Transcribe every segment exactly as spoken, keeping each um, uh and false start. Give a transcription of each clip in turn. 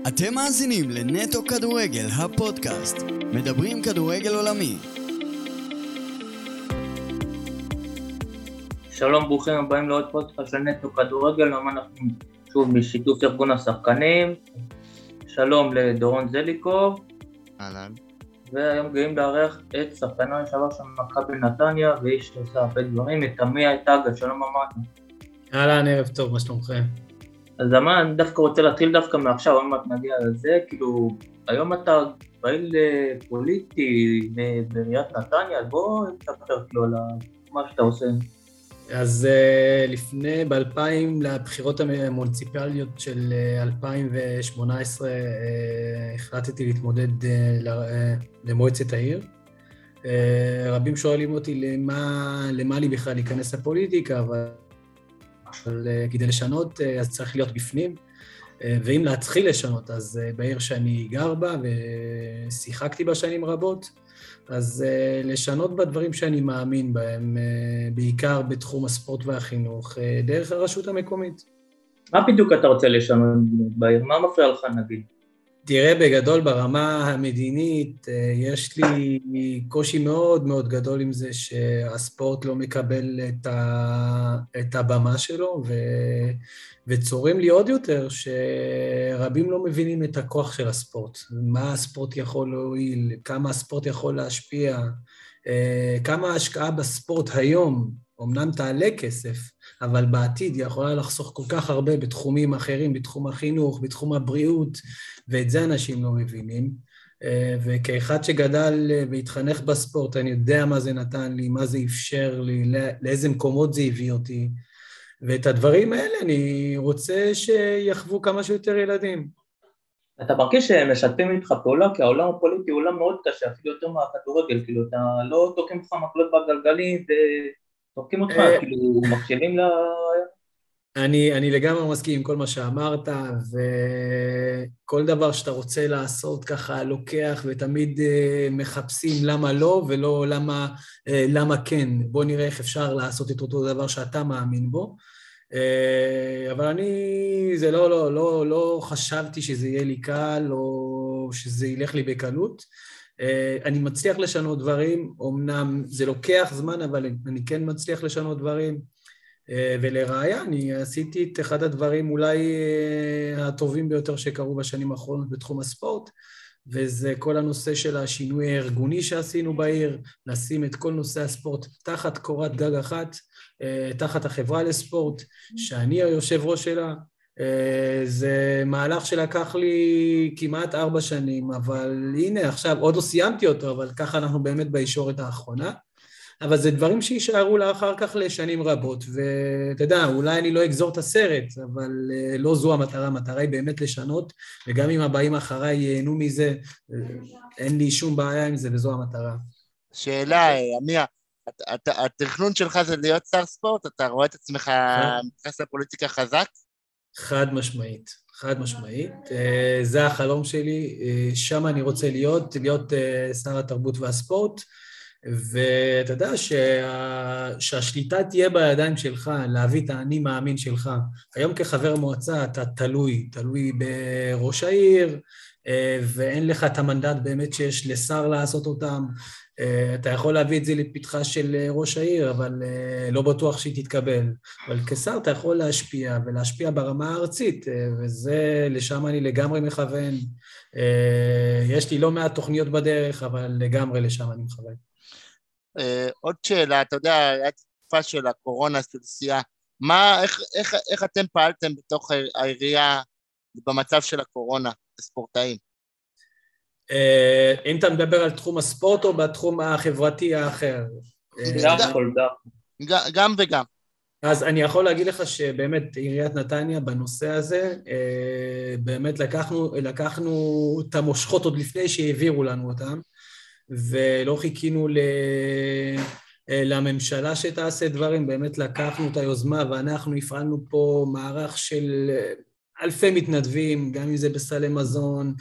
אתם מאזינים לנטו כדורגל, הפודקאסט. מדברים כדורגל עולמי. שלום, ברוכים הבאים לעוד פודקאסט של נטו כדורגל. היום אנחנו שוב בשיתוף ארגון השחקנים. שלום לדורון זליקוב. אהלן. והיום גאים לארח את שחקנו לשעבר של מכבי נתניה, ואיש שעושה הרבה דברים, את עמי טגה. שלום אמרנו. אהלן, ערב טוב, מה שלומכם? אז אמה, אני דווקא רוצה להתחיל דווקא מעכשיו, אם את נגיע לזה, כאילו, היום אתה פעיל פוליטי בעיריית נתניה, אז בוא תספר כאילו על מה שאתה עושה. אז לפני, ב-אלפיים, לבחירות המוניציפליות של אלפיים ושמונה עשרה, החלטתי להתמודד למועצת העיר. רבים שואלים אותי למה, למה לי בכלל להיכנס לפוליטיקה, אבל כדי לשנות אז צריך להיות בפנים, ואם להתחיל לשנות אז בעיר שאני גר בה ושיחקתי בה שנים רבות, אז לשנות בדברים שאני מאמין בהם, בעיקר בתחום הספורט והחינוך, דרך הרשות המקומית. מה בדיוק אתה רוצה לשנות בעיר? מה מפריע לך נגיד? תראה, בגדול ברמה המדינית, יש לי קושי מאוד מאוד גדול עם זה שהספורט לא מקבל את, ה, את הבמה שלו, ו, וצורים לי עוד יותר שרבים לא מבינים את הכוח של הספורט. מה הספורט יכול להועיל, כמה הספורט יכול להשפיע, כמה ההשקעה בספורט היום, אמנם תעלה כסף, אבל בעתיד יכולה לחסוך כל כך הרבה בתחומים אחרים, בתחום החינוך, בתחום הבריאות, ואת זה אנשים לא מבינים. וכאחד שגדל והתחנך בספורט, אני יודע מה זה נתן לי, מה זה אפשר לי, לאיזה מקומות זה הביא אותי, ואת הדברים האלה אני רוצה שיחוו כמה שיותר ילדים. אתה מרגיש שמשתפים איתך פעולה, כי העולם הפוליטי הוא עולם מאוד קשה, אפילו יותר מהכדורגל, כאילו אתה לא תוקעים לך מקלות בגלגלים, ו... תוקעים אותך, כאילו, מקשיבים ל... אני, אני לגמרי מסכים עם כל מה שאמרת, וכל דבר שאתה רוצה לעשות ככה לוקח, ותמיד מחפשים למה לא, ולא למה, למה כן. בוא נראה איך אפשר לעשות את אותו דבר שאתה מאמין בו. אבל אני, זה לא, לא, לא, לא חשבתי שזה יהיה לי קל, או שזה ילך לי בקלות. אני מצליח לשנות דברים, אמנם זה לוקח זמן, אבל אני כן מצליח לשנות דברים, ולראיה, אני עשיתי את אחד הדברים אולי הטובים ביותר שקרו בשנים האחרונות בתחום הספורט, וזה כל הנושא של השינוי הארגוני שעשינו בעיר, לשים את כל נושא הספורט תחת קורת גג אחת, תחת החברה לספורט, שאני היושב ראש שלה. זה מהלך שלקח לי כמעט ארבע שנים, אבל הנה עכשיו עוד לא סיימתי אותו, אבל ככה אנחנו באמת בישורת האחרונה, אבל זה דברים שישארו לאחר כך לשנים רבות, ואתה יודע, אולי אני לא אגזור את הסרט, אבל לא זו המטרה, המטרה היא באמת לשנות, וגם אם הבאים אחריי ייהנו מזה, אין לי שום בעיה עם זה, וזו המטרה. שאלה, עמיה, התכנון שלך זה להיות שר ספורט? אתה רואה את עצמך מתייחס לפוליטיקה חזק? חד משמעית, חד משמעית. זה החלום שלי, שם אני רוצה להיות, להיות שר התרבות והספורט, ואתה יודע שה... שהשליטה תהיה בידיים שלך, להביא את האני מאמין שלך. היום כחבר מועצה אתה תלוי, תלוי בראש העיר, ואין לך את המנדט באמת שיש לשר לעשות אותם. אתה יכול להביא את זה לפתחה של ראש העיר, אבל לא בטוח שהיא תתקבל. אבל כשר אתה יכול להשפיע, ולהשפיע ברמה הארצית, וזה לשם אני לגמרי מכוון. יש לי לא מעט תוכניות בדרך, אבל לגמרי לשם אני מכוון. עוד שאלה, אתה יודע, היה תקופה של הקורונה, סלסייה, מה, איך, איך, איך אתם פעלתם בתוך העירייה במצב של הקורונה, הספורטאים? אם אתה מדבר על תחום הספורט או בתחום החברתי האחר? גם וגם. אז אני יכול להגיד לך שבאמת עיריית נתניה בנושא הזה, באמת לקחנו, לקחנו את המושכות עוד לפני שהעבירו לנו אותם, ולא חיכינו ל... לממשלה שתעשה דברים, באמת לקחנו את היוזמה, ואנחנו הפעלנו פה מערך של אלפי מתנדבים, גם אם זה בסלי מזון,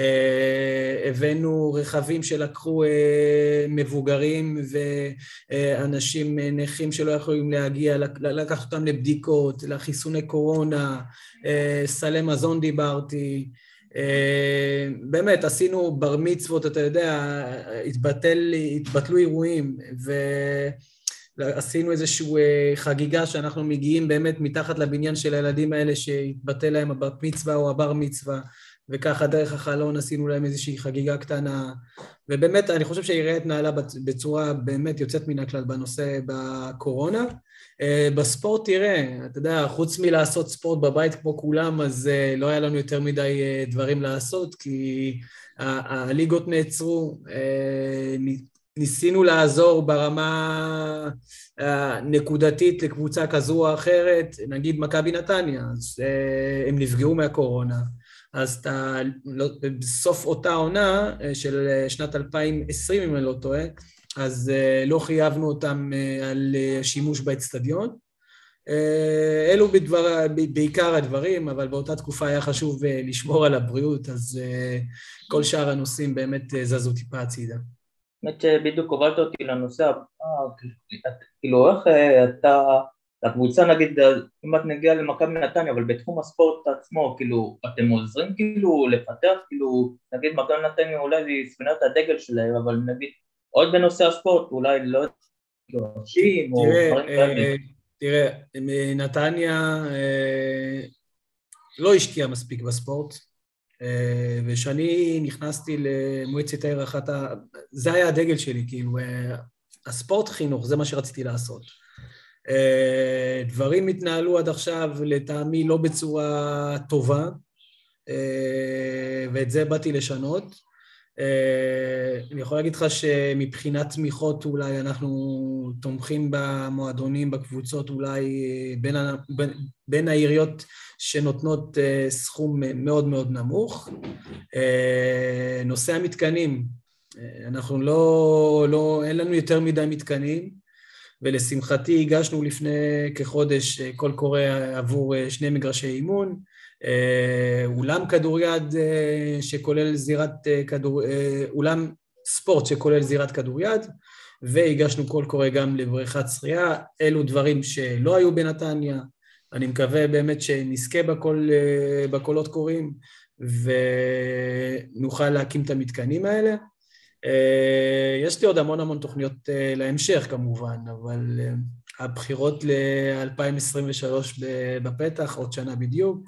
הבאנו רכבים שלקחו מבוגרים ואנשים נכים שלא יכולים להגיע, לקחת אותם לבדיקות, לחיסוני קורונה, סלי מזון דיברתי, באמת, עשינו בר מצוות, אתה יודע, התבטל, התבטלו אירועים, ועשינו איזושהי חגיגה שאנחנו מגיעים באמת מתחת לבניין של הילדים האלה שהתבטל להם הבר מצווה או הבר מצווה, וככה דרך החלון עשינו להם איזושהי חגיגה קטנה, ובאמת אני חושב שהעירייה התנהלה בצורה באמת יוצאת מן הכלל בנושא בקורונה. בספורט תראה, אתה יודע, חוץ מלעשות ספורט בבית כמו כולם, אז לא היה לנו יותר מדי דברים לעשות, כי הליגות נעצרו, ניסינו לעזור ברמה נקודתית לקבוצה כזו או אחרת, נגיד מכבי נתניה, אז הם נפגעו מהקורונה, אז אתה, בסוף אותה עונה של שנת אלפיים עשרים, אם אני לא טועה, אז לא חייבנו אותם על שימוש באצטדיון. אלו בדבר, בעיקר הדברים, אבל באותה תקופה היה חשוב לשמור על הבריאות, אז כל שאר הנושאים באמת זזו טיפה הצידה. באמת שבדיוק הובלת אותי לנושא, כאילו איך אתה, הקבוצה נגיד, אם את נגיע למכבי נתניה, אבל בתחום הספורט עצמו, כאילו, אתם עוזרים כאילו לפתח, כאילו, נגיד מכבי נתניה אולי היא ספינת הדגל שלהם, אבל נגיד, עוד בנושא הספורט, אולי לא אנשים או דברים כאלה. תראה, נתניה לא השקיעה מספיק בספורט, ושאני נכנסתי למועצת העיר אחת, זה היה הדגל שלי, כאילו, הספורט חינוך, זה מה שרציתי לעשות. דברים התנהלו עד עכשיו לטעמי לא בצורה טובה, ואת זה באתי לשנות. אני יכול להגיד לך שמבחינת תמיכות אולי אנחנו תומכים במועדונים, בקבוצות, אולי בין, בין, בין העיריות שנותנות סכום מאוד מאוד נמוך. נושא המתקנים, אנחנו לא, לא, אין לנו יותר מדי מתקנים, ולשמחתי הגשנו לפני כחודש קול קורא עבור שני מגרשי אימון, אולם כדוריד שכולל זירת כדור, אולם ספורט שכולל זירת כדוריד, והגשנו קול קורא גם לבריכת שחייה. אלו דברים שלא היו בנתניה, אני מקווה באמת שנזכה בכל, בקולות קוראים, ונוכל להקים את המתקנים האלה. יש לי עוד המון המון תוכניות להמשך כמובן, אבל הבחירות ל-אלפיים עשרים ושלוש בפתח, עוד שנה בדיוק.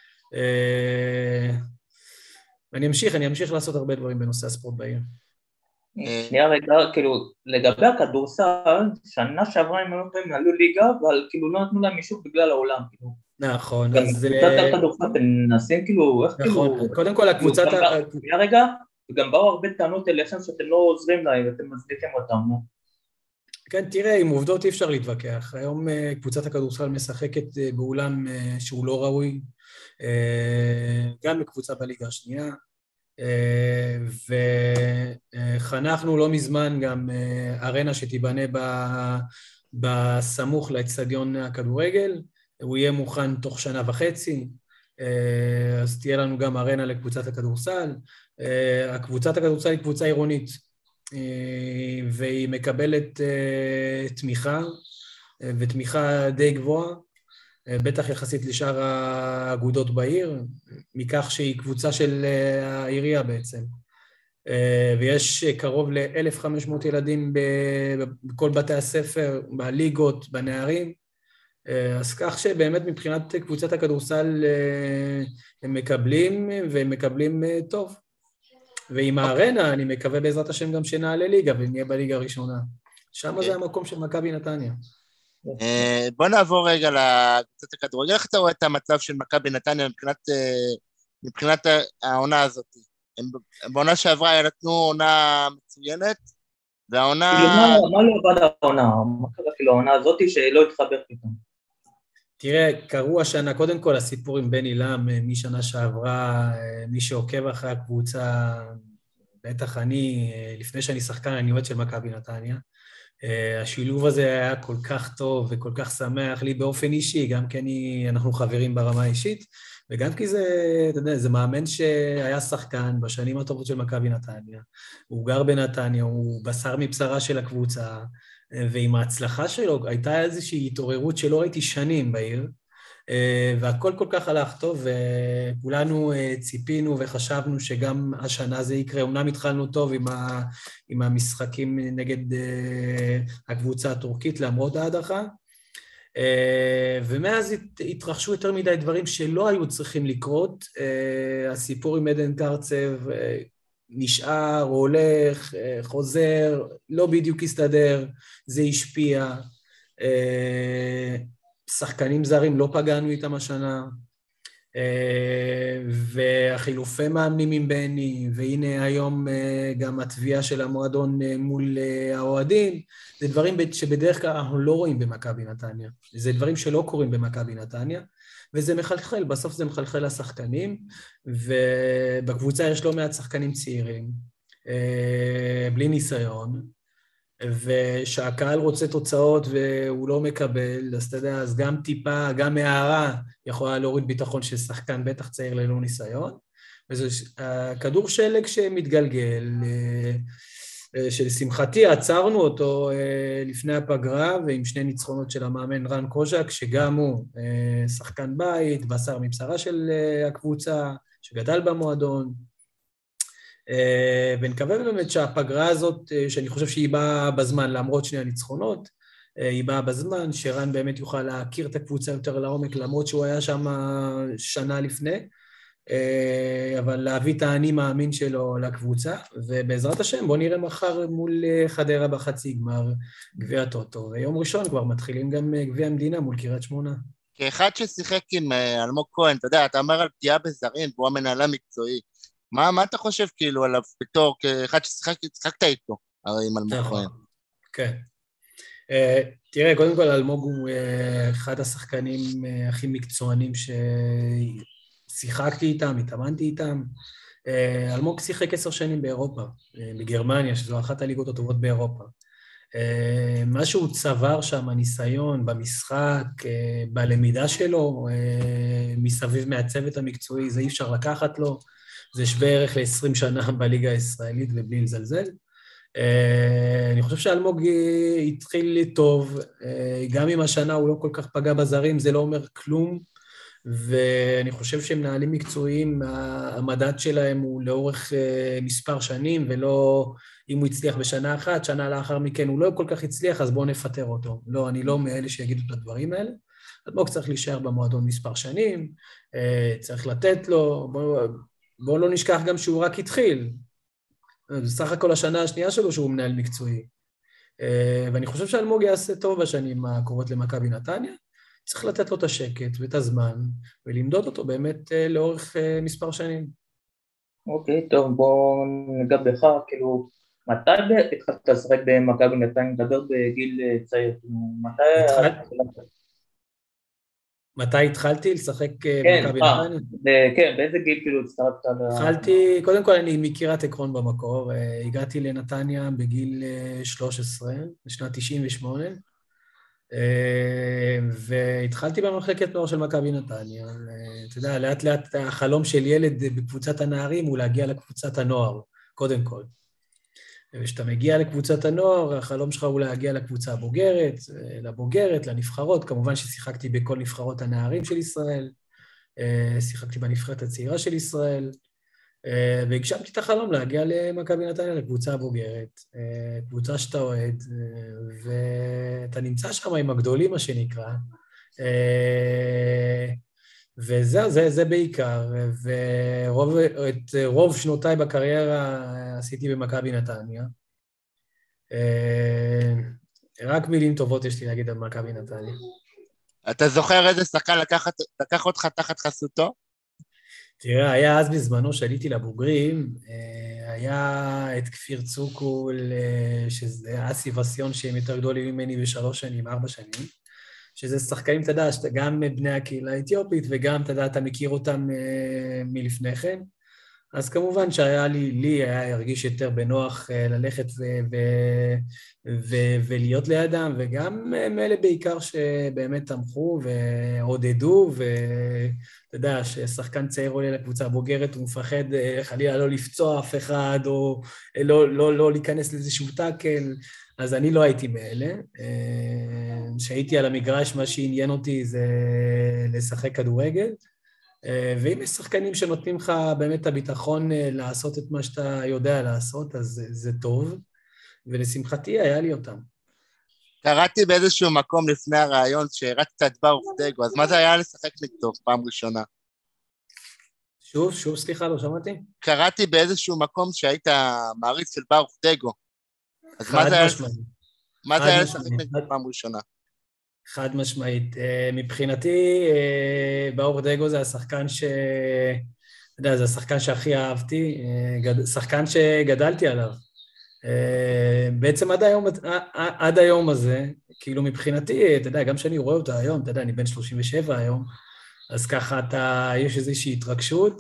ואני אמשיך, אני אמשיך לעשות הרבה דברים בנושא הספורט בעיר. שנייה רגע, כאילו, לגבי הכדורסל, שנה שעברה הם היו עלו ליגה, אבל כאילו לא נתנו להם אישור בגלל העולם, כאילו. נכון, אז... גם קבוצת הכדורסל, אתם מנסים כאילו, איך כאילו... נכון, קודם כל הקבוצת... שנייה רגע, וגם באו הרבה טענות אליכם שאתם לא עוזרים להם, ואתם מצדיקים אותם, לא? כן, תראה, עם עובדות אי אפשר להתווכח. היום קבוצת הכדורסל משחקת באולם שהוא לא ראוי, גם בקבוצה בליגה השנייה, וחנכנו לא מזמן גם ארנה שתיבנה בסמוך לאצטדיון הכדורגל, הוא יהיה מוכן תוך שנה וחצי, אז תהיה לנו גם ארנה לקבוצת הכדורסל. הקבוצת הכדורסל היא קבוצה עירונית, והיא מקבלת תמיכה, ותמיכה די גבוהה, בטח יחסית לשאר האגודות בעיר, מכך שהיא קבוצה של העירייה בעצם. ויש קרוב ל-אלף וחמש מאות ילדים בכל בתי הספר, בליגות, בנערים, אז כך שבאמת מבחינת קבוצת הכדורסל הם מקבלים, והם מקבלים טוב. ועם הארנה אני מקווה בעזרת השם גם שנעלה ליגה, ונהיה בליגה הראשונה. שם זה המקום של מכבי נתניה. בוא נעבור רגע לקבוצת הכדורגל. איך אתה רואה את המצב של מכבי נתניה מבחינת העונה הזאת? בעונה שעברה היה נתנו עונה מצוינת, והעונה... מה לא עבד העונה? מה קרה כאילו העונה הזאת שלא התחבר פתאום? תראה, קראו השנה, קודם כל הסיפור עם בני לם, משנה שעברה, מי שעוקב אחרי הקבוצה, בטח אני, לפני שאני שחקן, אני עובד של מכבי נתניה, השילוב הזה היה כל כך טוב וכל כך שמח לי באופן אישי, גם כי אני, אנחנו חברים ברמה האישית, וגם כי זה, אתה יודע, זה מאמן שהיה שחקן בשנים הטובות של מכבי נתניה, הוא גר בנתניה, הוא בשר מבשרה של הקבוצה, ועם ההצלחה שלו הייתה איזושהי התעוררות שלא ראיתי שנים בעיר, והכל כל כך הלך טוב, וכולנו ציפינו וחשבנו שגם השנה זה יקרה. אומנם התחלנו טוב עם, ה, עם המשחקים נגד הקבוצה הטורקית, למרות ההדחה, ומאז התרחשו יותר מדי דברים שלא היו צריכים לקרות. הסיפור עם עדן קרצב נשאר, הולך, חוזר, לא בדיוק הסתדר, זה השפיע. שחקנים זרים לא פגענו איתם השנה, והחילופי מאמנים עם בני, והנה היום גם התביעה של המועדון מול האוהדים, זה דברים שבדרך כלל אנחנו לא רואים במכבי נתניה. זה דברים שלא קורים במכבי נתניה, וזה מחלחל, בסוף זה מחלחל לשחקנים, ובקבוצה יש לא מעט שחקנים צעירים, בלי ניסיון, ושהקהל רוצה תוצאות והוא לא מקבל, אז אתה יודע, אז גם טיפה, גם הערה יכולה להוריד ביטחון של שחקן בטח צעיר ללא ניסיון, וזה הכדור שלג שמתגלגל, שלשמחתי עצרנו אותו לפני הפגרה, ועם שני ניצחונות של המאמן רן קוז'ק, שגם הוא שחקן בית, בשר מבשרה של הקבוצה, שגדל במועדון, ונקווה באמת שהפגרה הזאת, שאני חושב שהיא באה בזמן, למרות שני הניצחונות, היא באה בזמן, שרן באמת יוכל להכיר את הקבוצה יותר לעומק, למרות שהוא היה שם שנה לפני, אבל להביא את האני מאמין שלו לקבוצה, ובעזרת השם בוא נראה מחר מול חדרה בחצי גמר גביע הטוטו, ויום ראשון כבר מתחילים גם גביע המדינה מול קריית שמונה. כאחד ששיחק עם אלמוג כהן, אתה יודע, אתה אומר על פגיעה בזרים, והוא המנהל המקצועי, מה, מה אתה חושב כאילו עליו בתור, כאחד ששיחקת איתו, הרי עם אלמוג כהן? כן. תראה, קודם כל אלמוג הוא אחד השחקנים הכי מקצוענים ששיחקתי איתם, התאמנתי איתם. אלמוג שיחק עשר שנים באירופה, בגרמניה, שזו אחת הליגות הטובות באירופה. מה שהוא צבר שם, הניסיון במשחק, בלמידה שלו, מסביב מהצוות המקצועי, זה אי אפשר לקחת לו. זה שווה ערך ל-עשרים שנה בליגה הישראלית ובלי לזלזל. אני חושב שאלמוג התחיל טוב, גם אם השנה הוא לא כל כך פגע בזרים, זה לא אומר כלום, ואני חושב שמנהלים מקצועיים, המדד שלהם הוא לאורך מספר שנים, ולא אם הוא הצליח בשנה אחת, שנה לאחר מכן הוא לא כל כך הצליח, אז בואו נפטר אותו. לא, אני לא מאלה שיגידו את הדברים האלה. אלמוג צריך להישאר במועדון מספר שנים, צריך לתת לו, בואו... בואו לא נשכח גם שהוא רק התחיל. בסך הכל השנה השנייה שלו שהוא מנהל מקצועי. ואני חושב שאלמוג יעשה טוב בשנים הקרובות למכבי נתניה. צריך לתת לו את השקט ואת הזמן, ולמדוד אותו באמת לאורך מספר שנים. אוקיי, טוב, בואו ניגע בך, כאילו, מתי התחלת לשחק במכבי נתניה, נדבר בגיל צעיר, מתי... מתי התחלתי לשחק במכבי נתניה? כן, באיזה גיל כאילו הצטרפת? התחלתי, קודם כל אני מכירת עקרון במקור, הגעתי לנתניה בגיל שלוש עשרה, בשנת תשעים ושמונה, והתחלתי במחלקת נוער של מכבי נתניה. אתה יודע, לאט לאט החלום של ילד בקבוצת הנערים הוא להגיע לקבוצת הנוער, קודם כל. וכשאתה מגיע לקבוצת הנוער, החלום שלך הוא להגיע לקבוצה הבוגרת, לבוגרת, לנבחרות, כמובן ששיחקתי בכל נבחרות הנערים של ישראל, שיחקתי בנבחרת הצעירה של ישראל, והגשמתי את החלום להגיע למכבי נתניה, לקבוצה הבוגרת, קבוצה שאתה אוהד, ואתה נמצא שם עם הגדולים, מה שנקרא, וזהו, זה, זה בעיקר, ורוב, את רוב שנותיי בקריירה עשיתי במכבי נתניה. רק מילים טובות יש לי להגיד על מכבי נתניה. אתה זוכר איזה שחקן לקח, לקח אותך תחת חסותו? תראה, היה אז בזמנו שעליתי לבוגרים, היה את כפיר צוקול, שזה אסי וסיון, שהם יותר גדולים ממני בשלוש שנים, ארבע שנים, שזה שחקנים, אתה יודע, שאתה גם בני הקהילה האתיופית, וגם, אתה יודע, אתה מכיר אותם מלפני כן. אז כמובן שהיה לי, לי היה הרגיש יותר בנוח ללכת ו- ו- ו- ולהיות לידם, וגם מאלה בעיקר שבאמת תמכו ועודדו, ואתה יודע, ששחקן צעיר עולה לקבוצה בוגרת, הוא מפחד חלילה לא לפצוע אף אחד, או לא, לא, לא להיכנס לאיזשהו טאקל, אז אני לא הייתי מאלה. שהייתי על המגרש, מה שעניין אותי זה לשחק כדורגל, ואם יש שחקנים שנותנים לך באמת את הביטחון לעשות את מה שאתה יודע לעשות, אז זה, זה טוב, ולשמחתי היה לי אותם. קראתי באיזשהו מקום לפני הרעיון שהרצת את ברוך דגו, אז מה זה היה לשחק נגדו פעם ראשונה? שוב, שוב, סליחה, לא שמעתי. קראתי באיזשהו מקום שהיית מעריץ של ברוך דגו. אז מה זה היה, מה זה היה לשחק נגדו פעם ראשונה? חד משמעית. מבחינתי, ברוך דגו זה השחקן ש... אתה יודע, זה השחקן שהכי אהבתי, שחקן שגדלתי עליו. בעצם עד היום, עד היום הזה, כאילו מבחינתי, אתה יודע, גם שאני רואה אותה היום, אתה יודע, אני בן שלושים ושבע היום, אז ככה אתה, יש איזושהי התרגשות,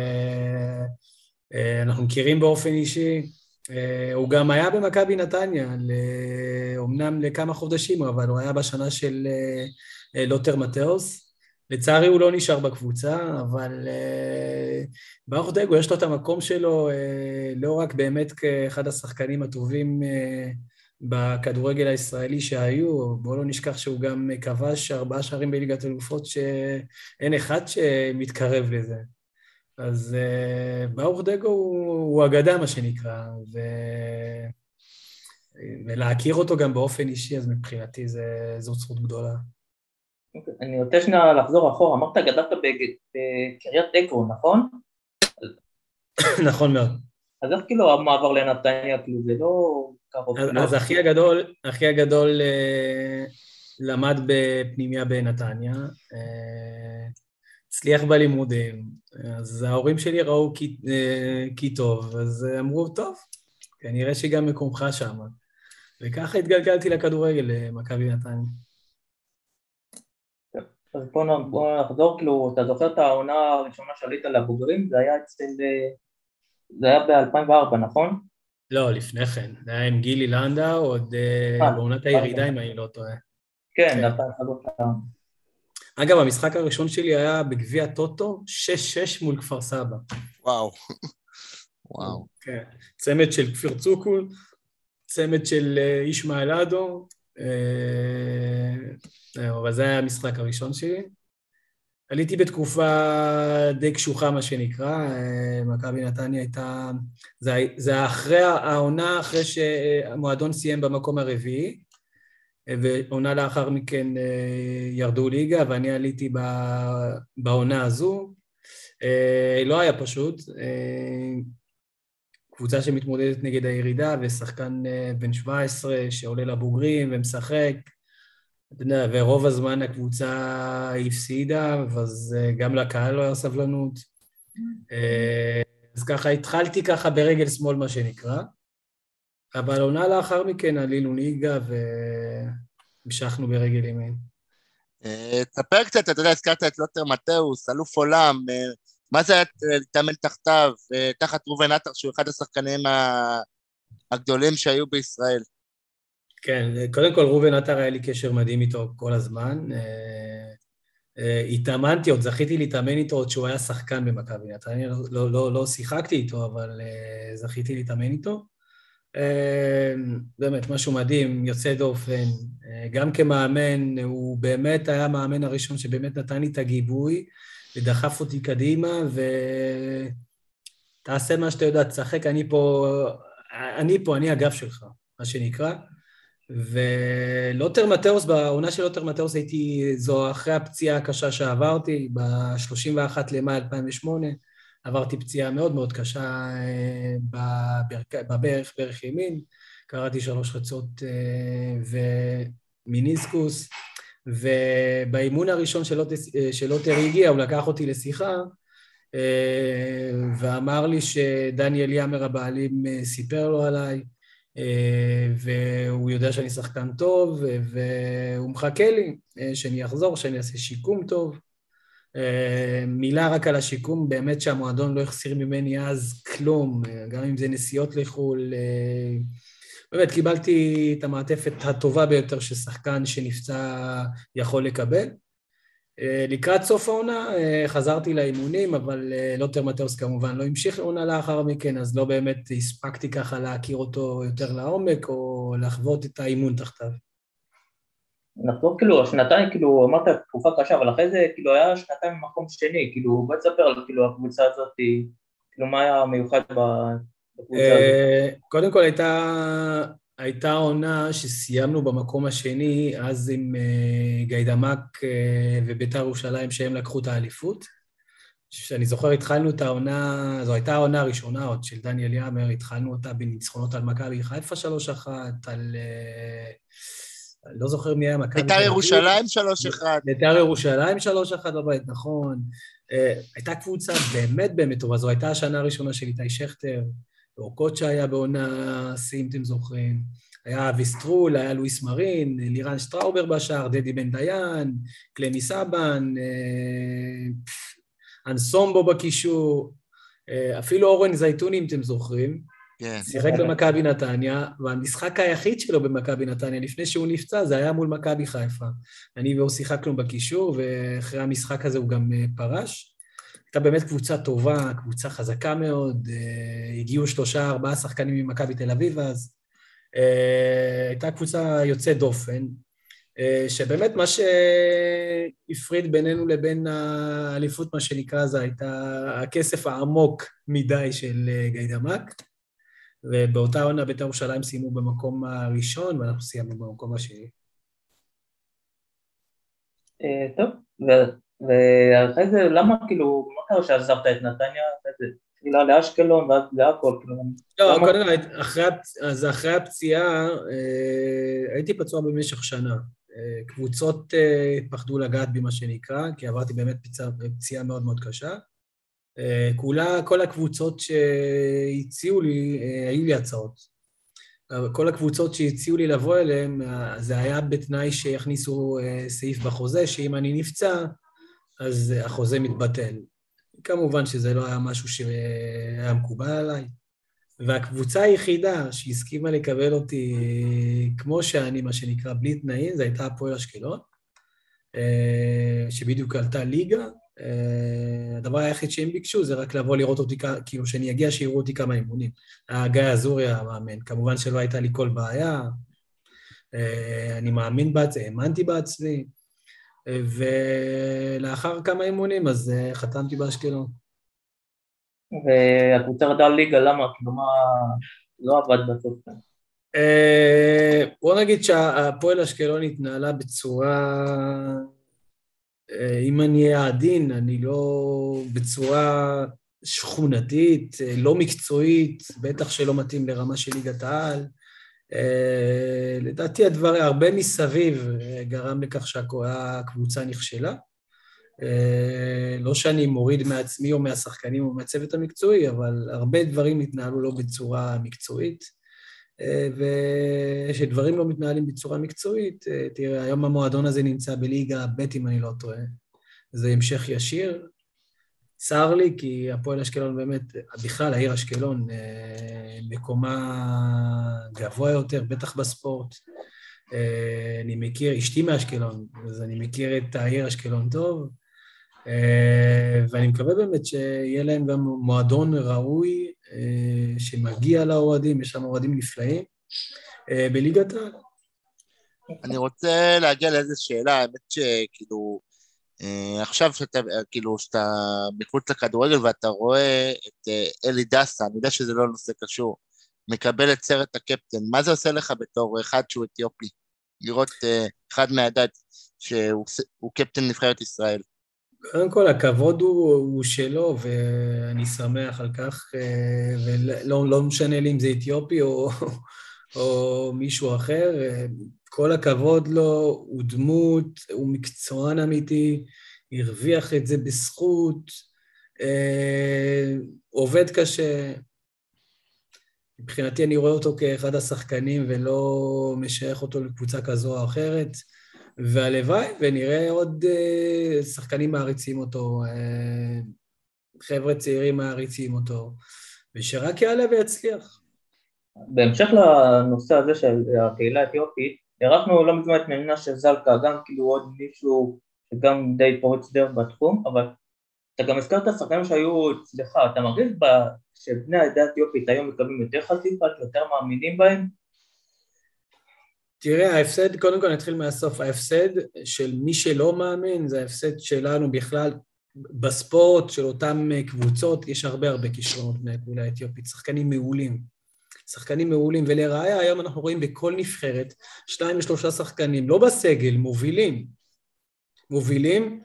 ואנחנו מכירים באופן אישי, הוא גם היה במכבי נתניה, אומנם לכמה חודשים, אבל הוא היה בשנה של לוטר מתאוס, לצערי הוא לא נשאר בקבוצה, אבל ברוך דגו יש לו את המקום שלו, לא רק באמת כאחד השחקנים הטובים בכדורגל הישראלי שהיו, בואו לא נשכח שהוא גם כבש ארבעה שערים בליגת אלופות שאין אחד שמתקרב לזה. אז ברוך דגו הוא, הוא אגדה מה שנקרא, ו... ולהכיר אותו גם באופן אישי, אז מבחינתי זה, זו זכות גדולה. אני רוצה שנייה לחזור אחורה, אמרת גדלת בקריית עקרון, נכון? נכון מאוד. אז איך כאילו המעבר לנתניה, כאילו זה לא קרוב? אז אחי הגדול, אחי הגדול למד בפנימיה בנתניה, הצליח בלימודים, אז ההורים שלי ראו כי טוב, אז אמרו טוב, כנראה שגם מקומך שם, וככה התגלגלתי לכדורגל למכבי נתניה. אז בוא נחזור, כאילו, אתה זוכר את העונה הראשונה שעלית לבוגרים? זה היה אצל... זה היה ב-אלפיים וארבע, נכון? לא, לפני כן. זה היה עם גילי לנדאו, עוד בעונת הירידה, אם אני לא טועה. כן, אלפיים וארבע. אגב, המשחק הראשון שלי היה בגביע טוטו, שש שש מול כפר סבא. וואו. וואו. כן. צמד של כפיר צוקול, צמד של ישמעאל אדו, אבל זה היה המשחק הראשון שלי. עליתי בתקופה די קשוחה, מה שנקרא, מכבי נתניה הייתה, זה, זה אחרי העונה, אחרי שהמועדון סיים במקום הרביעי, ועונה לאחר מכן ירדו ליגה, ואני עליתי בעונה הזו. לא היה פשוט, קבוצה שמתמודדת נגד הירידה, ושחקן בן שבע עשרה שעולה לבוגרים ומשחק, ורוב הזמן הקבוצה הפסידה, אז גם לקהל לא היה סבלנות. אז ככה התחלתי ככה ברגל שמאל, מה שנקרא, אבל עונה לאחר מכן עלינו ליגה והמשכנו ברגל ימין. תספר קצת, אתה יודע, הזכרת את לוטר מתאוס, אלוף עולם, מה זה להתאמן תחתיו, תחת ראובן עטר, שהוא אחד השחקנים הגדולים שהיו בישראל? כן, קודם כל ראובן עטר היה לי קשר מדהים איתו כל הזמן. התאמנתי עוד, זכיתי להתאמן איתו עוד שהוא היה שחקן במכבי נתניה, לא, לא, לא שיחקתי איתו, אבל זכיתי להתאמן איתו. באמת, משהו מדהים, יוצא דופן. גם כמאמן, הוא באמת היה המאמן הראשון שבאמת נתן לי את הגיבוי, ודחף אותי קדימה, ותעשה מה שאתה יודע, תשחק, אני פה, אני פה, אני הגב שלך, מה שנקרא. ולוטר מתאוס, בעונה של לוטר מתאוס הייתי, זו אחרי הפציעה הקשה שעברתי, ב-שלושים ואחד למאי אלפיים ושמונה, עברתי פציעה מאוד מאוד קשה בברך, ברך ימין, קראתי שלוש חצות ומיניסקוס, ובאימון הראשון של לוטר הגיע, הוא לקח אותי לשיחה, ואמר לי שדניאל יאמר הבעלים סיפר לו עליי, והוא יודע שאני שחקן טוב, והוא מחכה לי שאני אחזור, שאני אעשה שיקום טוב. מילה רק על השיקום, באמת שהמועדון לא החסיר ממני אז כלום, גם אם זה נסיעות לחול. באמת קיבלתי את המעטפת הטובה ביותר ששחקן שנפצע יכול לקבל. לקראת סוף העונה חזרתי לאימונים, אבל לוטר מתאוס כמובן לא המשיך לעונה לאחר מכן, אז לא באמת הספקתי ככה להכיר אותו יותר לעומק, או לחוות את האימון תחתיו. נחזור כאילו, השנתיים, כאילו, אמרת תקופה קשה, אבל אחרי זה, כאילו, היה שנתיים במקום שני, כאילו, בוא תספר על, כאילו, הקבוצה הזאת, כאילו, מה היה מיוחד בקבוצה הזאת? קודם כל הייתה, הייתה עונה שסיימנו במקום השני, אז עם גיידמק וביתר ירושלים שהם לקחו את האליפות. שאני זוכר, התחלנו את העונה, זו הייתה העונה הראשונה עוד של דניאל יאמר, התחלנו אותה בניצחונות על מכבי חיפה שלוש אחת, על... אני לא זוכר מי היה מכבי. ביתר ירושלים שלוש אחת. ביתר ירושלים שלוש אחת בבית, נכון. הייתה קבוצה באמת באמת טובה, זו הייתה השנה הראשונה של איתי שכטר, אורקות שהיה בעונה, אם אתם זוכרים. היה אביסטרול, היה לואיס מרין, לירן שטראובר בשער, דדי בן דיין, קלמי סבן, אנסומבו בקישור, אפילו אורן זייטוני, אם אתם זוכרים, כן. שיחק במכבי נתניה, והמשחק היחיד שלו במכבי נתניה, לפני שהוא נפצע, זה היה מול מכבי חיפה. אני והוא שיחקנו בקישור, ואחרי המשחק הזה הוא גם פרש. הייתה באמת קבוצה טובה, קבוצה חזקה מאוד, הגיעו שלושה, ארבעה שחקנים ממכבי תל אביב, אז הייתה קבוצה יוצאת דופן, שבאמת מה שהפריד בינינו לבין האליפות, מה שנקרא, זה הייתה הכסף העמוק מדי של גיידמק, ובאותה עונה בית"ר ירושלים סיימו במקום הראשון, ואנחנו סיימנו במקום השני. טוב, ואחרי זה, למה כאילו, מה קרה שעזבת את נתניה? תחילה לאשקלון ואז להכל, כאילו... לא, קודם, אז אחרי הפציעה, הייתי פצוע במשך שנה. קבוצות פחדו לגעת בי מה שנקרא, כי עברתי באמת פציעה מאוד מאוד קשה. כולה, כל הקבוצות שהציעו לי, היו לי הצעות. כל הקבוצות שהציעו לי לבוא אליהם, זה היה בתנאי שיכניסו סעיף בחוזה, שאם אני נפצע, אז החוזה מתבטל. כמובן שזה לא היה משהו שהיה מקובל עליי. והקבוצה היחידה שהסכימה לקבל אותי כמו שאני, מה שנקרא, בלי תנאים, זה הייתה הפועל אשקלון, שבדיוק עלתה ליגה. הדבר היחיד שהם ביקשו זה רק לבוא לראות אותי, כאילו שאני אגיע שיראו אותי כמה אימונים. גיא אזורי המאמן, כמובן שלא הייתה לי כל בעיה, אני מאמין בעצמי, האמנתי בעצמי, ולאחר כמה אימונים אז חתמתי באשקלון. והקבוצה רדה ליגה, למה? כאילו מה לא עבד בסוף? בוא נגיד שהפועל אשקלון התנהלה בצורה, אם אני אהיה עדין, אני לא בצורה שכונתית, לא מקצועית, בטח שלא מתאים לרמה של ליגת העל. לדעתי הדבר הרבה מסביב גרם לכך שהקבוצה נכשלה. לא שאני מוריד מעצמי או מהשחקנים או מהצוות המקצועי, אבל הרבה דברים התנהלו לא בצורה מקצועית, ושדברים לא מתנהלים בצורה מקצועית, תראה, היום המועדון הזה נמצא בליגה ב' אם אני לא טועה, זה המשך ישיר. צר לי, כי הפועל אשקלון באמת, בכלל העיר אשקלון, מקומה גבוה יותר, בטח בספורט. אני מכיר, אשתי מאשקלון, אז אני מכיר את העיר אשקלון טוב, ואני מקווה באמת שיהיה להם גם מועדון ראוי, שמגיע לאוהדים, יש שם אוהדים נפלאים, בליגת העל. אני רוצה להגיע לאיזו שאלה, האמת שכאילו, עכשיו שאתה, כאילו, שאתה מחוץ לכדורגל ואתה רואה את אלי דסה, אני יודע שזה לא נושא קשור, מקבל את סרט הקפטן, מה זה עושה לך בתור אחד שהוא אתיופי? לראות אחד מהדת שהוא קפטן נבחרת ישראל. קודם כל, הכבוד הוא, הוא שלו, ואני שמח על כך, ולא לא משנה לי אם זה אתיופי או, או מישהו אחר, כל הכבוד לו, הוא דמות, הוא מקצוען אמיתי, הרוויח את זה בזכות, עובד קשה, מבחינתי אני רואה אותו כאחד השחקנים ולא משייך אותו לקבוצה כזו או אחרת, והלוואי ונראה עוד שחקנים מעריצים אותו, חבר'ה צעירים מעריצים אותו, ושרק יעלה ויצליח. בהמשך לנושא הזה של הקהילה האתיופית, ערכנו לא מזמן את מנשה זלקה, גם כאילו עוד מישהו שגם די פורץ דרך בתחום, אבל אתה גם הזכרת שחקנים שהיו אצלך, אתה מרגיש שבני העדה האתיופית היום מקבלים יותר חשיפה, יותר מאמינים בהם? תראה, ההפסד, קודם כל נתחיל מהסוף, ההפסד של מי שלא מאמין, זה ההפסד שלנו בכלל בספורט של אותם קבוצות, יש הרבה הרבה כישרונות מהקהילה האתיופית, שחקנים מעולים, שחקנים מעולים, ולראיה היום אנחנו רואים בכל נבחרת, שניים ושלושה שחקנים, לא בסגל, מובילים, מובילים,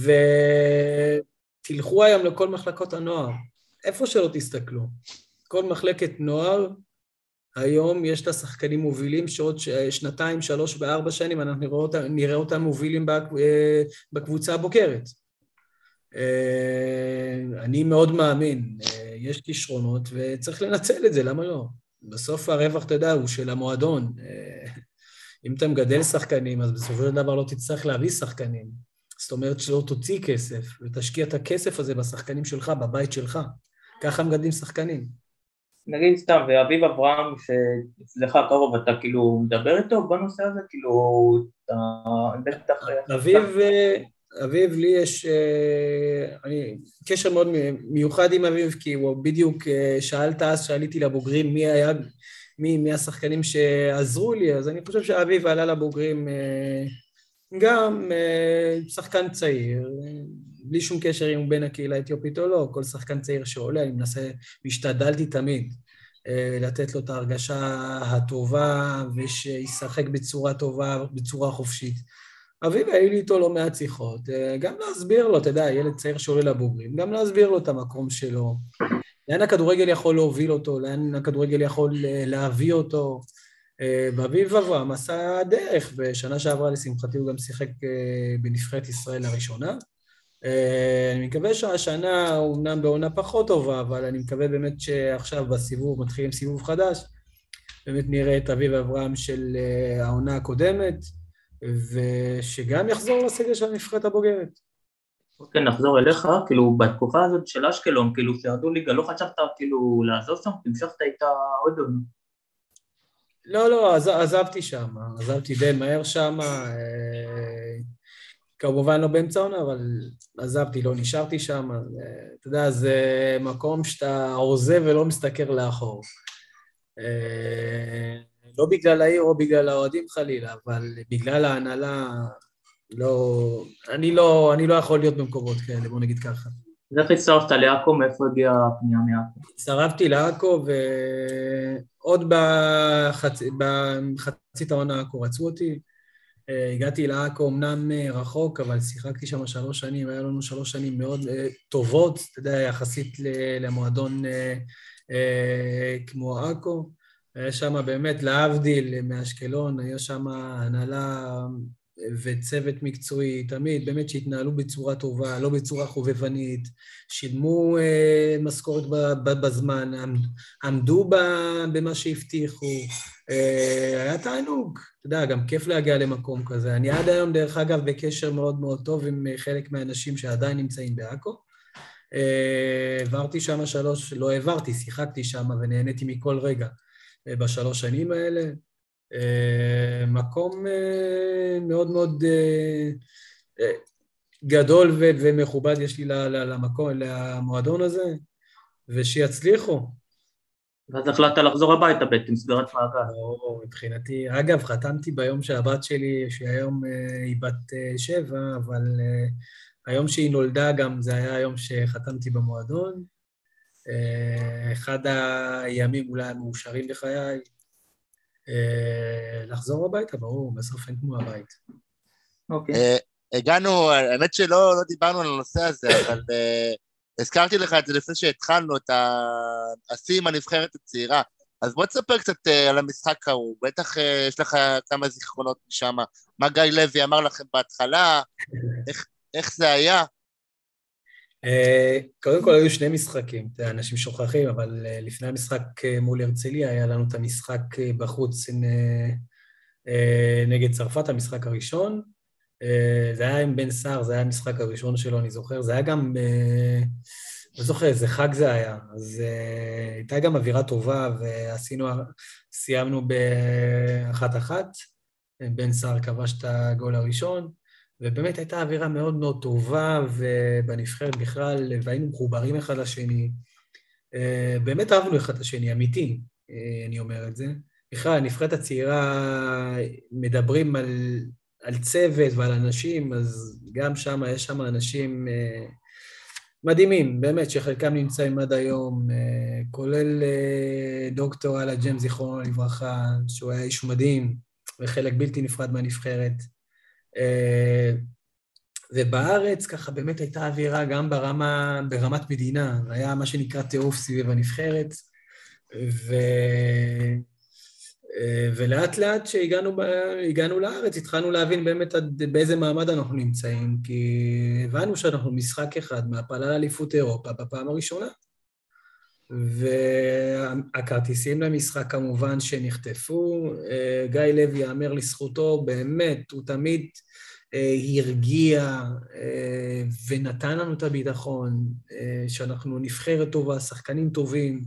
ותלכו היום לכל מחלקות הנוער, איפה שלא תסתכלו, כל מחלקת נוער, היום יש לה שחקנים מובילים שעוד שנתיים, שלוש וארבע שנים, אנחנו נראה אותם, נראה אותם מובילים בקבוצה הבוגרת. אני מאוד מאמין, יש כישרונות וצריך לנצל את זה, למה לא? בסוף הרווח, אתה יודע, הוא של המועדון. אם אתה מגדל שחקנים, אז בסופו של דבר לא תצטרך להביא שחקנים. זאת אומרת שלא תוציא כסף, ותשקיע את הכסף הזה בשחקנים שלך, בבית שלך. ככה מגדלים שחקנים. נגיד סתם, ואביב אברהם, שאצלך קרוב, אתה כאילו מדבר איתו בנושא הזה? כאילו, אתה... אביב, אביב, לי יש... אני קשר מאוד מיוחד עם אביב, כי הוא בדיוק שאלת אז, שאליתי לבוגרים מי היה... מי, מי השחקנים שעזרו לי, אז אני חושב שאביב עלה לבוגרים גם שחקן צעיר, בלי שום קשר אם הוא בין הקהילה האתיופית או לא, כל שחקן צעיר שעולה, אני מנסה, משתדלתי תמיד לתת לו את ההרגשה הטובה, ושישחק בצורה טובה, בצורה חופשית. אביב, היו לי איתו לא מעט שיחות, גם להסביר לו, אתה יודע, ילד צעיר שעולה לבוגרים, גם להסביר לו את המקום שלו, לאן הכדורגל יכול להוביל אותו, לאן הכדורגל יכול להביא אותו, ואביב אברהם עשה דרך, בשנה שעברה לשמחתי הוא גם שיחק בנבחרת ישראל הראשונה, אני מקווה שהשנה הוא אמנם בעונה פחות טובה, אבל אני מקווה באמת שעכשיו בסיבוב, מתחילים סיבוב חדש, באמת נראה את אביב אברהם של העונה הקודמת, ושגם יחזור לסגל של הנבחרת הבוגרת. אוקיי, נחזור אליך, כאילו בתקופה הזאת של אשקלון, כאילו שירדו ליגה, לא חשבת כאילו לעזוב שם, תמשכת איתה עוד עונה? לא, לא, עזבתי שם, עזבתי די מהר שם, כמובן לא באמצע עונה, אבל עזבתי, לא נשארתי שם, אתה יודע, זה מקום שאתה עוזב ולא מסתכל לאחור. לא בגלל העיר או בגלל האוהדים חלילה, אבל בגלל ההנהלה, לא, אני לא, אני לא יכול להיות במקומות כאלה, בוא נגיד ככה. אז איך הצטרפת לעכו, מאיפה הגיעה הפנייה מעכו? הצטרפתי לעכו, ועוד בחצי, בחצית העונה עכו רצו אותי, הגעתי לעכו אמנם רחוק, אבל שיחקתי שם שלוש שנים, היה לנו שלוש שנים מאוד טובות, אתה יודע, יחסית למועדון כמו עכו, היה שם באמת להבדיל מאשקלון, היה שם הנהלה וצוות מקצועי, תמיד באמת שהתנהלו בצורה טובה, לא בצורה חובבנית, שילמו אה, משכורת בזמן, עמדו במה שהבטיחו, אה, היה תענוג, אתה יודע, גם כיף להגיע למקום כזה. אני עד היום, דרך אגב, בקשר מאוד מאוד טוב עם חלק מהאנשים שעדיין נמצאים בעכו. אה, עברתי שם שלוש, לא העברתי, שיחקתי שם ונהניתי מכל רגע אה, בשלוש שנים האלה. Uh, מקום uh, מאוד מאוד uh, uh, גדול ו- ומכובד יש לי למקום, למועדון הזה, ושיצליחו. ואז החלטת לחזור הביתה בעצם, סגרת מעגל. לא, מבחינתי, אגב, חתמתי ביום שהבת שלי, שהיום uh, היא בת uh, שבע, אבל uh, היום שהיא נולדה גם, זה היה היום שחתמתי במועדון, uh, אחד הימים אולי המאושרים בחיי, לחזור הביתה, ברור, בסוף אין כמו הבית. אוקיי. הגענו, האמת שלא דיברנו על הנושא הזה, אבל הזכרתי לך את זה לפני שהתחלנו את השיא עם הנבחרת הצעירה, אז בוא תספר קצת על המשחק ההוא, בטח יש לך כמה זיכרונות משם, מה גיא לוי אמר לכם בהתחלה, איך זה היה? קודם כל היו שני משחקים, אנשים שוכחים, אבל לפני המשחק מול הרצליה היה לנו את המשחק בחוץ נגד צרפת, המשחק הראשון, זה היה עם בן סער, זה היה המשחק הראשון שלו, אני זוכר, זה היה גם, לא זוכר, איזה חג זה היה, אז הייתה גם אווירה טובה, ועשינו, סיימנו באחת אחת, בן סער כבש את הגול הראשון, ובאמת הייתה אווירה מאוד מאוד טובה, ובנבחרת בכלל, והיינו מחוברים אחד לשני. באמת אהבנו אחד לשני, אמיתי, אני אומר את זה. בכלל, הנבחרת הצעירה מדברים על, על צוות ועל אנשים, אז גם שם, יש שם אנשים אה, מדהימים, באמת, שחלקם נמצאים עד היום, אה, כולל אה, דוקטור אללה ג'ם, זיכרונו לברכה, שהוא היה איש מדהים, וחלק בלתי נפרד מהנבחרת. אה, ובארץ ככה באמת הייתה אווירה גם ברמה, ברמת מדינה, היה מה שנקרא טירוף סביב הנבחרת, ו... ולאט לאט שהגענו הגענו לארץ, התחלנו להבין באמת עד באיזה מעמד אנחנו נמצאים, כי הבנו שאנחנו משחק אחד מהפעלה לאליפות אירופה בפעם הראשונה, והכרטיסים למשחק כמובן שנחטפו. גיא לוי יאמר לזכותו, באמת, הוא תמיד הרגיע ונתן לנו את הביטחון, שאנחנו נבחרת טובה, שחקנים טובים,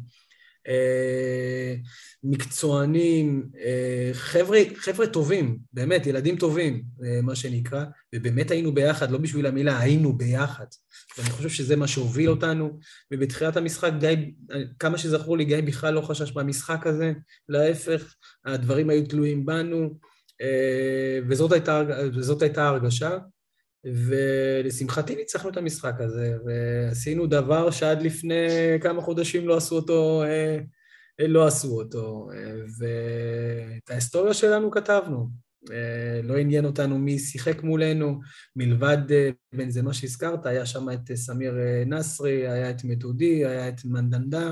מקצוענים, חבר'ה, חבר'ה טובים, באמת, ילדים טובים, מה שנקרא, ובאמת היינו ביחד, לא בשביל המילה, היינו ביחד. ואני חושב שזה מה שהוביל אותנו, ובתחילת המשחק, גיא, כמה שזכור לי, גיא בכלל לא חשש מהמשחק הזה, להפך, הדברים היו תלויים בנו, וזאת הייתה, וזאת הייתה הרגשה, ולשמחתי ניצחנו את המשחק הזה, ועשינו דבר שעד לפני כמה חודשים לא עשו אותו, לא עשו אותו, ואת ההיסטוריה שלנו כתבנו. לא עניין אותנו מי שיחק מולנו, מלבד בין זה מה שהזכרת, היה שם את סמיר נסרי, היה את מתודי, היה את מנדנדה,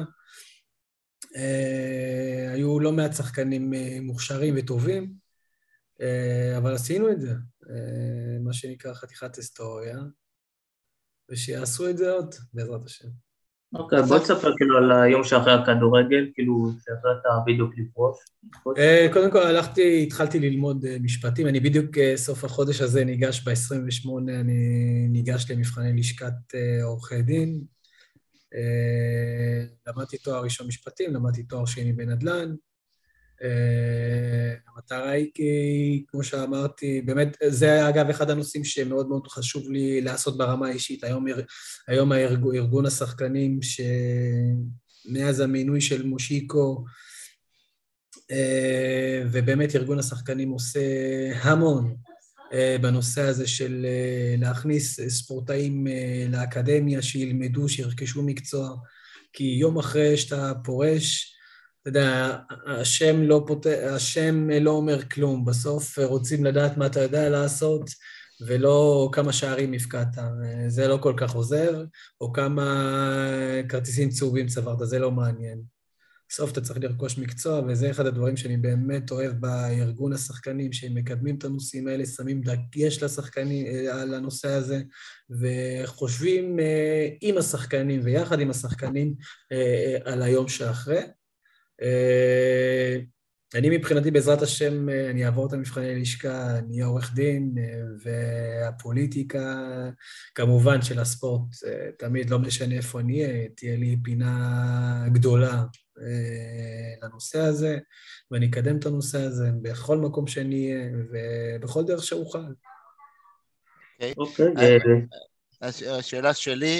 היו לא מעט שחקנים מוכשרים וטובים, אבל עשינו את זה, מה שנקרא חתיכת היסטוריה, ושיעשו את זה עוד, בעזרת השם. אוקיי, בוא תספר כאילו על היום שאחרי הכדורגל, כאילו שהחלטת בדיוק לפרוש. קודם כל הלכתי, התחלתי ללמוד משפטים, אני בדיוק סוף החודש הזה ניגש ב-עשרים ושמונה, אני ניגש למבחני לשכת עורכי דין, למדתי תואר ראשון משפטים, למדתי תואר שני בנדל"ן, המטרה היא כי, כמו שאמרתי, באמת, זה היה אגב אחד הנושאים שמאוד מאוד חשוב לי לעשות ברמה האישית. היום, היום הארגון השחקנים שמאז המינוי של מושיקו, ובאמת ארגון השחקנים עושה המון בנושא הזה של להכניס ספורטאים לאקדמיה, שילמדו, שירכשו מקצוע, כי יום אחרי שאתה פורש, אתה יודע, השם לא, פות... השם לא אומר כלום, בסוף רוצים לדעת מה אתה יודע לעשות, ולא כמה שערים הפקעת, זה לא כל כך עוזר, או כמה כרטיסים צהובים צברת, זה לא מעניין. בסוף אתה צריך לרכוש מקצוע, וזה אחד הדברים שאני באמת אוהב בארגון השחקנים, שהם מקדמים את הנושאים האלה, שמים דגש לשחקנים, על הנושא הזה, וחושבים עם השחקנים ויחד עם השחקנים על היום שאחרי. אני מבחינתי בעזרת השם, אני אעבור את המבחני לשכה, אני אהיה עורך דין, והפוליטיקה, כמובן של הספורט, תמיד לא משנה איפה אני אהיה, תהיה לי פינה גדולה לנושא הזה, ואני אקדם את הנושא הזה בכל מקום שאני אהיה, ובכל דרך שאוכל. אוקיי. השאלה שלי,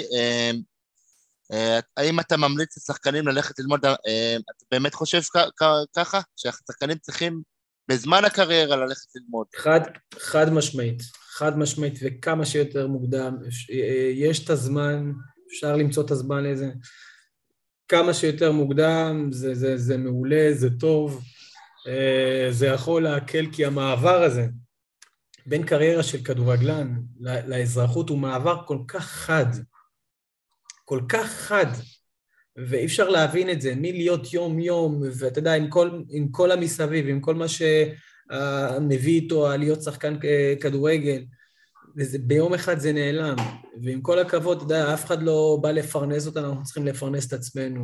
האם אתה ממליץ לשחקנים ללכת ללמוד, אתה באמת חושב ככה? שהשחקנים צריכים בזמן הקריירה ללכת ללמוד? חד, חד משמעית, חד משמעית, וכמה שיותר מוקדם. יש את הזמן, אפשר למצוא את הזמן לזה. כמה שיותר מוקדם, זה, זה, זה מעולה, זה טוב. זה יכול להקל, כי המעבר הזה, בין קריירה של כדורגלן לאזרחות, הוא מעבר כל כך חד, כל כך חד, ואי אפשר להבין את זה, מלהיות יום-יום, ואתה יודע, עם כל, עם כל המסביב, עם כל מה שמביא איתו על להיות שחקן כדורגל, וזה, ביום אחד זה נעלם, ועם כל הכבוד, אתה יודע, אף אחד לא בא לפרנס אותנו, אנחנו צריכים לפרנס את עצמנו,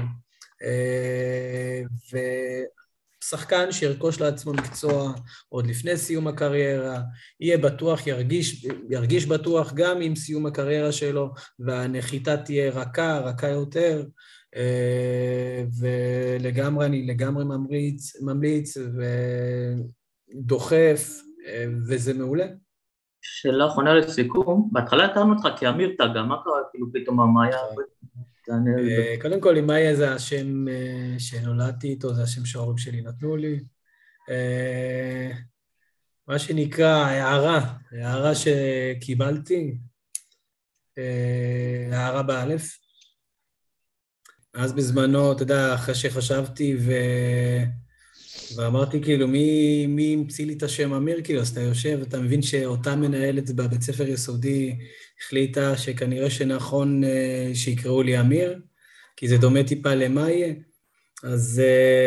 ושחקן שירכוש לעצמו מקצוע עוד לפני סיום הקריירה, יהיה בטוח, ירגיש, ירגיש בטוח גם עם סיום הקריירה שלו, והנחיתה תהיה רכה, רכה יותר, ולגמרי, אני לגמרי ממליץ, ממליץ ודוחף, וזה מעולה. שאלה אחרונה לסיכום, בהתחלה הכרנו אותך כאמיר טגה, מה קרה כאילו פתאום המאיה? קודם כל, עם מאיה זה השם שנולדתי איתו, זה השם שההורים שלי נתנו לי, מה שנקרא הערה, הערה שקיבלתי, הערה באלף. אז בזמנו, אתה יודע, אחרי שחשבתי ו... ואמרתי כאילו, מי, מי המציא לי את השם אמיר? כאילו, אז אתה יושב, אתה מבין שאותה מנהלת בבית ספר יסודי החליטה שכנראה שנכון שיקראו לי אמיר, כי זה דומה טיפה למה יהיה. אז,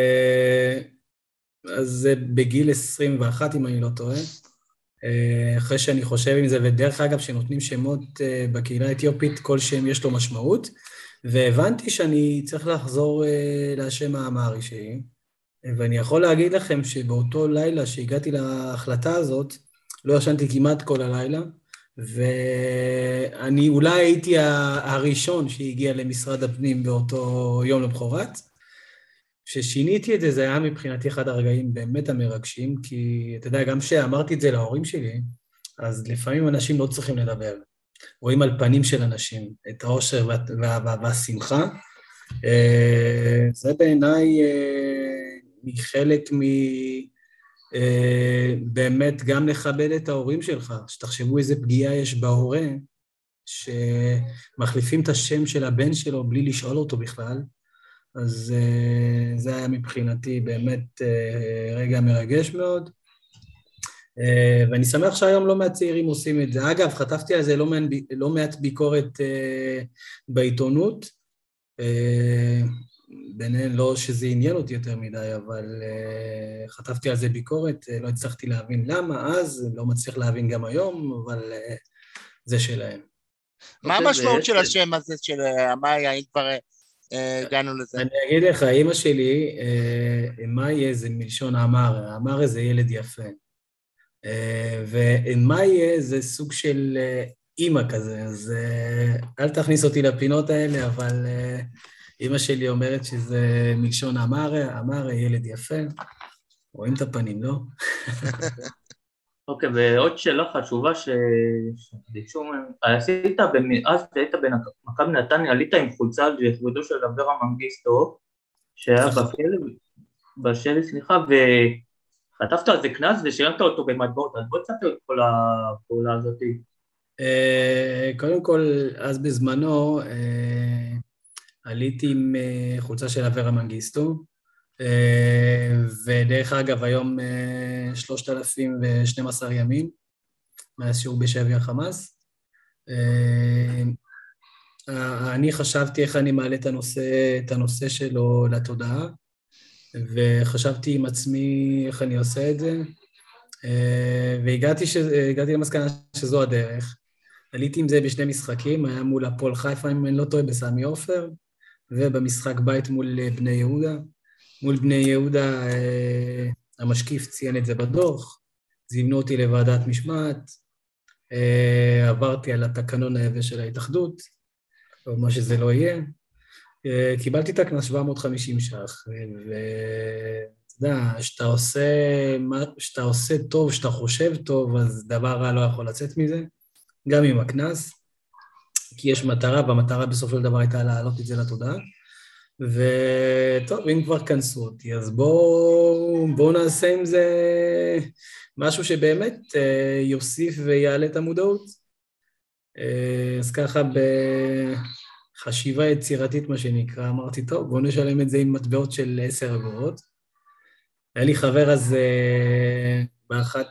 אז בגיל עשרים ואחת, אם אני לא טועה, אחרי שאני חושב עם זה, ודרך אגב, שנותנים שמות בקהילה האתיופית, כל שם יש לו משמעות, והבנתי שאני צריך לחזור לשם האמרי שלי, ואני יכול להגיד לכם שבאותו לילה שהגעתי להחלטה הזאת, לא ישנתי כמעט כל הלילה, ואני אולי הייתי הראשון שהגיע למשרד הפנים באותו יום למחרת. כששיניתי את זה, זה היה מבחינתי אחד הרגעים באמת המרגשים, כי אתה יודע, גם שאמרתי את זה להורים שלי, אז לפעמים אנשים לא צריכים לדבר. רואים על פנים של אנשים את האושר וה, וה, וה, והשמחה. זה בעיניי מחלק מ... באמת גם לכבד את ההורים שלך, שתחשבו איזה פגיעה יש בהורה, שמחליפים את השם של הבן שלו בלי לשאול אותו בכלל, אז זה היה מבחינתי באמת רגע מרגש מאוד, ואני שמח שהיום לא מעט צעירים עושים את זה. אגב, חטפתי על זה לא מעט, לא מעט ביקורת בעיתונות, ביניהן לא שזה עניין אותי יותר מדי, אבל uh, חטפתי על זה ביקורת, uh, לא הצלחתי להבין למה, אז לא מצליח להבין גם היום, אבל uh, זה שלהם. מה המשמעות של השם הזה של המאיה, אם כבר הגענו לזה? אני אגיד לך, אמא שלי, מאיה זה מלשון אמר, אמר זה ילד יפה, ומאיה זה סוג של אמא כזה, אז אל תכניס אותי לפינות האלה, אבל... אמא שלי אומרת שזה מלשון אמר, אמר ילד יפה, רואים את הפנים, לא? אוקיי, ועוד שאלה חשובה שביקשו, עשית, אז שהיית במכבי נתניה, עלית עם חולצה לכבודו של אברה מנגיסטו, שהיה בשבי, סליחה, וחטפת על זה קנס ושילמת אותו במטבעות, אז בוא תספר את כל הפעולה הזאת. קודם כל, אז בזמנו, עליתי עם חולצה של אברה מנגיסטו, ודרך אגב, היום שלושת אלפים ושנים עשר ימים, מאז שהוא בשבי החמאס. אני חשבתי איך אני מעלה את הנושא, את הנושא שלו לתודעה, וחשבתי עם עצמי איך אני עושה את זה, והגעתי ש... הגעתי למסקנה שזו הדרך. עליתי עם זה בשני משחקים, היה מול הפועל חיפה, אם אני לא טועה, בסמי עופר, ובמשחק בית מול בני יהודה. מול בני יהודה, המשקיף ציין את זה בדוח, זימנו אותי לוועדת משמעת, עברתי על התקנון היבש של ההתאחדות, או מה שזה לא יהיה, קיבלתי את הקנס שבע מאות וחמישים ש"ח, ואתה יודע, שאתה עושה, שאתה עושה טוב, שאתה חושב טוב, אז דבר רע לא יכול לצאת מזה, גם עם הקנס, כי יש מטרה, והמטרה בסופו של דבר הייתה להעלות את זה לתודעה, וטוב, אם כבר כנסו אותי, אז בואו בוא נעשה עם זה משהו שבאמת יוסיף ויעלה את המודעות. אז ככה בחשיבה יצירתית, מה שנקרא, אמרתי, טוב, בואו נשלם את זה עם מטבעות של עשר אגורות. היה לי חבר אז באחת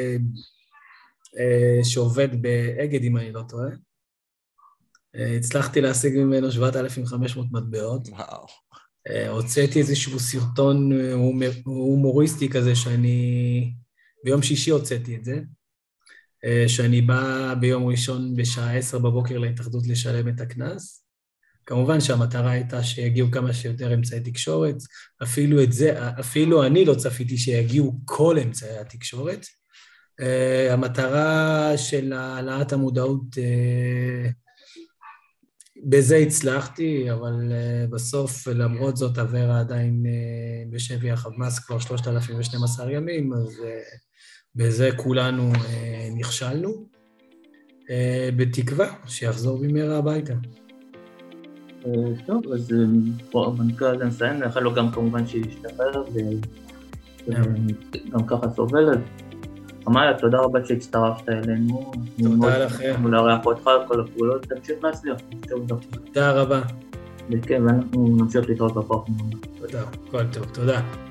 שעובד באגד, אם אני לא טועה, הצלחתי להשיג ממנו שבעת אלפים וחמש מאות מטבעות. וואו. הוצאתי איזשהו סרטון הומוריסטי כזה שאני... ביום שישי הוצאתי את זה, שאני בא ביום ראשון בשעה עשר בבוקר להתאחדות לשלם את הקנס. כמובן שהמטרה הייתה שיגיעו כמה שיותר אמצעי תקשורת, אפילו את זה, אפילו אני לא צפיתי שיגיעו כל אמצעי התקשורת. המטרה של העלאת המודעות... בזה הצלחתי, אבל uh, בסוף, למרות זאת, אברה עדיין uh, בשבי החמאס כבר שלושת אלפים ושנים עשר ימים, אז uh, בזה כולנו uh, נכשלנו, uh, בתקווה שיחזור במהרה הביתה. טוב, אז פה המנכ"ל הזה נסיים, נאחל לו גם כמובן שישתפר גם ככה סובלת. אמריה, תודה רבה שהצטרפת אלינו. תודה לכם. ולארח אותך על כל הפעולות, תמשיך להצליח. תודה רבה. וכן, ואנחנו נמשיך להתראות בפרק. תודה, כל טוב, תודה.